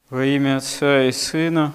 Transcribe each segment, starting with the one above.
Во имя Отца и Сына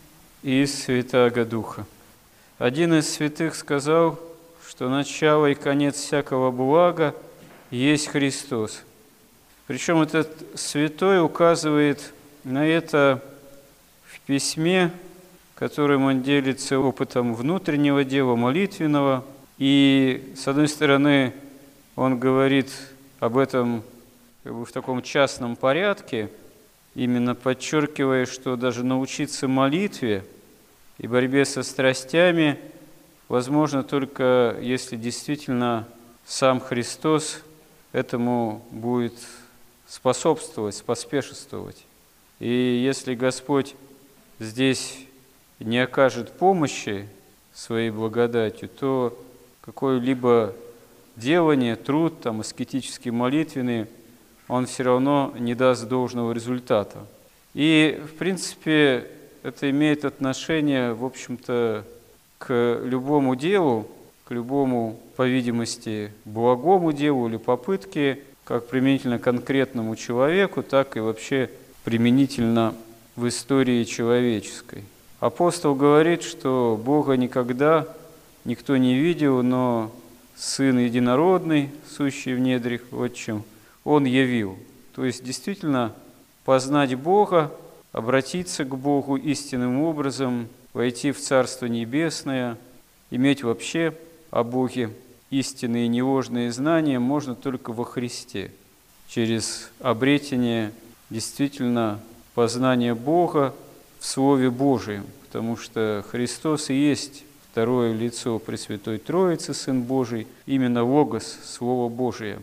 и Святаго Духа. Один из святых сказал, что начало и конец всякого блага есть Христос. Причем этот святой указывает на это в письме, которым он делится опытом внутреннего дела, молитвенного. И, с одной стороны, он говорит об этом в таком частном порядке, именно подчеркивая, что даже научиться молитве и борьбе со страстями возможно только если действительно сам Христос этому будет способствовать, споспешествовать. И если Господь здесь не окажет помощи своей благодатью, то какое-либо делание, труд, аскетический, молитвенный, он все равно не даст должного результата. И, в принципе, это имеет отношение, в общем-то, к любому делу, к любому, по видимости, благому делу или попытке, как применительно конкретному человеку, так и вообще применительно в истории человеческой. Апостол говорит, что Бога никогда никто не видел, но Сын Единородный, сущий в недрах Отчим, Он явил. То есть, действительно, познать Бога, обратиться к Богу истинным образом, войти в Царство Небесное, иметь вообще о Боге истинные неложные знания можно только во Христе, через обретение действительно познания Бога в Слове Божием, потому что Христос и есть второе лицо Пресвятой Троицы, Сын Божий, именно Логос, Слово Божие.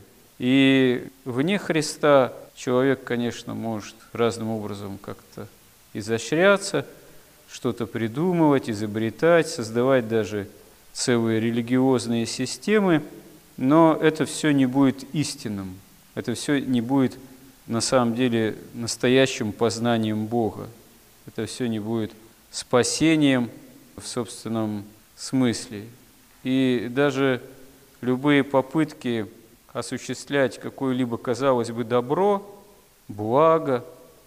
И вне Христа человек, конечно, может разным образом как-то изощряться, что-то придумывать, изобретать, создавать даже целые религиозные системы, но это все не будет истинным, это все не будет на самом деле настоящим познанием Бога, это все не будет спасением в собственном смысле. И даже любые попытки осуществлять какое-либо, казалось бы, добро, благо,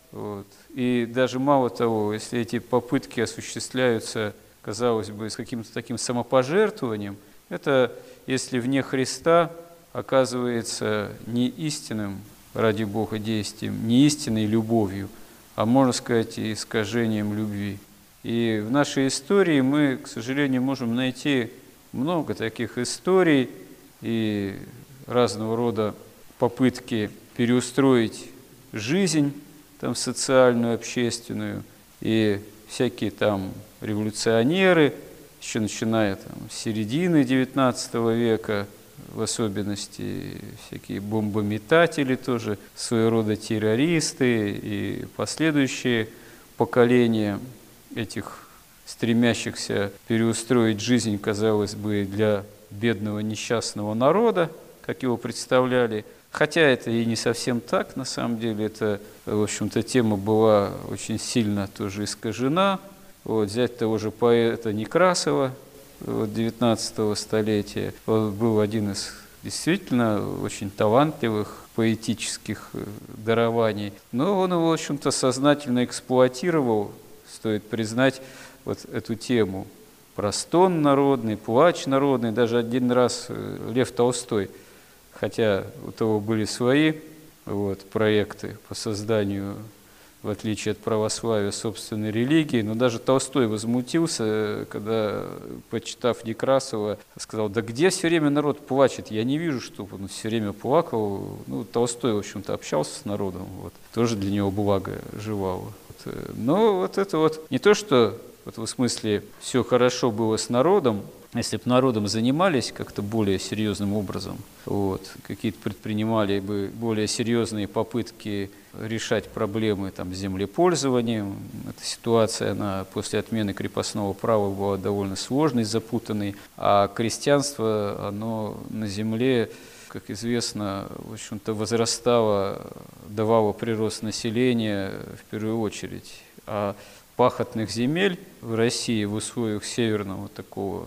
и даже мало того, если эти попытки осуществляются, казалось бы, с каким-то таким самопожертвованием, это, если вне Христа, оказывается не истинным ради Бога действием, не истинной любовью, а, можно сказать, и искажением любви. И в нашей истории мы, к сожалению, можем найти много таких историй и разного рода попытки переустроить жизнь социальную, общественную, и всякие революционеры, еще начиная с середины XIX века, в особенности всякие бомбометатели тоже, своего рода террористы и последующие поколения этих стремящихся переустроить жизнь, казалось бы, для бедного несчастного народа, как его представляли. Хотя это и не совсем так, на самом деле, это, в общем-то, тема была очень сильно тоже искажена. Взять того же поэта Некрасова, 19 столетия, он был один из действительно очень талантливых поэтических дарований, но он его, в общем-то, сознательно эксплуатировал, стоит признать, эту тему. Про стон народный, плач народный, даже один раз Лев Толстой, хотя у того были свои проекты по созданию, в отличие от православия, собственной религии, но даже Толстой возмутился, когда, почитав Некрасова, сказал: да где все время народ плачет? Я не вижу, чтобы он все время плакал. Толстой, в общем-то, общался с народом, тоже для него благо желало. Но это не то, что в смысле все хорошо было с народом, если бы народом занимались как-то более серьезным образом, какие-то предпринимали бы более серьезные попытки решать проблемы с землепользованием. Эта ситуация, она после отмены крепостного права была довольно сложной, запутанной, а крестьянство, оно на земле, как известно, в общем-то, возрастало, давало прирост населения в первую очередь. А пахотных земель в России в условиях северного такого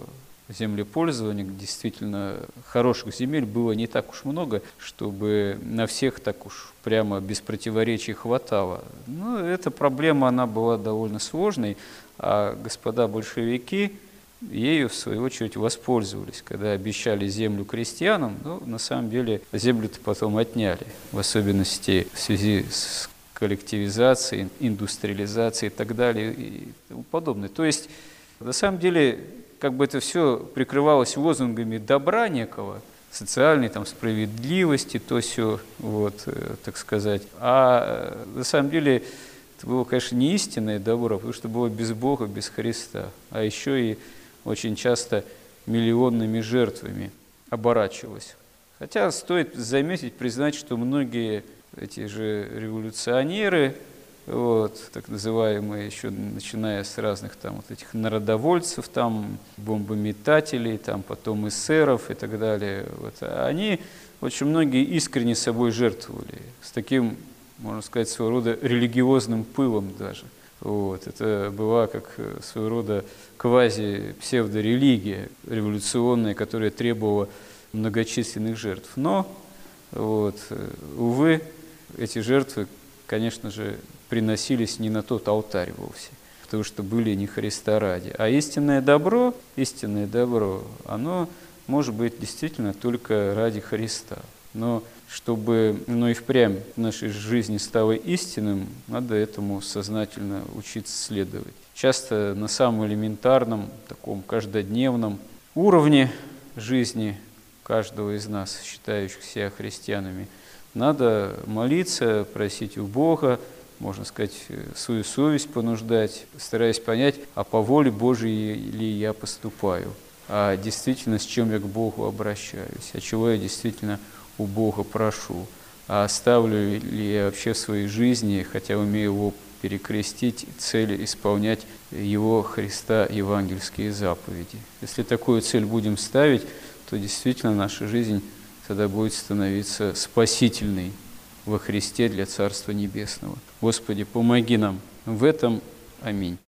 землепользования, действительно хороших земель было не так уж много, чтобы на всех так уж прямо без противоречий хватало. Но эта проблема, она была довольно сложной, а господа большевики ею, в свою очередь, воспользовались, когда обещали землю крестьянам, но на самом деле землю-то потом отняли, в особенности в связи с коллективизацией, индустриализацией и так далее и тому подобное. То есть, на самом деле, как бы это все прикрывалось лозунгами добра некого, социальной там, справедливости, то все, вот, так сказать. А на самом деле это было, конечно, не истинное добро, потому что было без Бога, без Христа, а еще и очень часто миллионными жертвами оборачивалось. Хотя стоит заметить, признать, что многие эти же революционеры, вот, так называемые, еще начиная с разных там вот этих народовольцев, там, бомбометателей, там, потом эсеров и так далее, вот, они очень многие искренне собой жертвовали, с таким, можно сказать, своего рода религиозным пылом даже. Вот, это была как своего рода квази-псевдорелигия революционная, которая требовала многочисленных жертв. Но, вот, увы, эти жертвы, конечно же, приносились не на тот алтарь вовсе, потому что были не Христа ради. А истинное добро, оно может быть действительно только ради Христа. Но чтобы оно и впрямь в нашей жизни стало истинным, надо этому сознательно учиться следовать. Часто на самом элементарном, таком каждодневном уровне жизни каждого из нас, считающих себя христианами, надо молиться, просить у Бога, можно сказать, свою совесть понуждать, стараясь понять, а по воле Божией ли я поступаю, а действительно с чем я к Богу обращаюсь, а чего я действительно у Бога прошу, а ставлю ли я вообще в своей жизни, хотя умею его перекрестить, цель исполнять Его, Христа, евангельские заповеди. Если такую цель будем ставить, то действительно наша жизнь тогда будет становиться спасительной во Христе для Царства Небесного. Господи, помоги нам в этом. Аминь.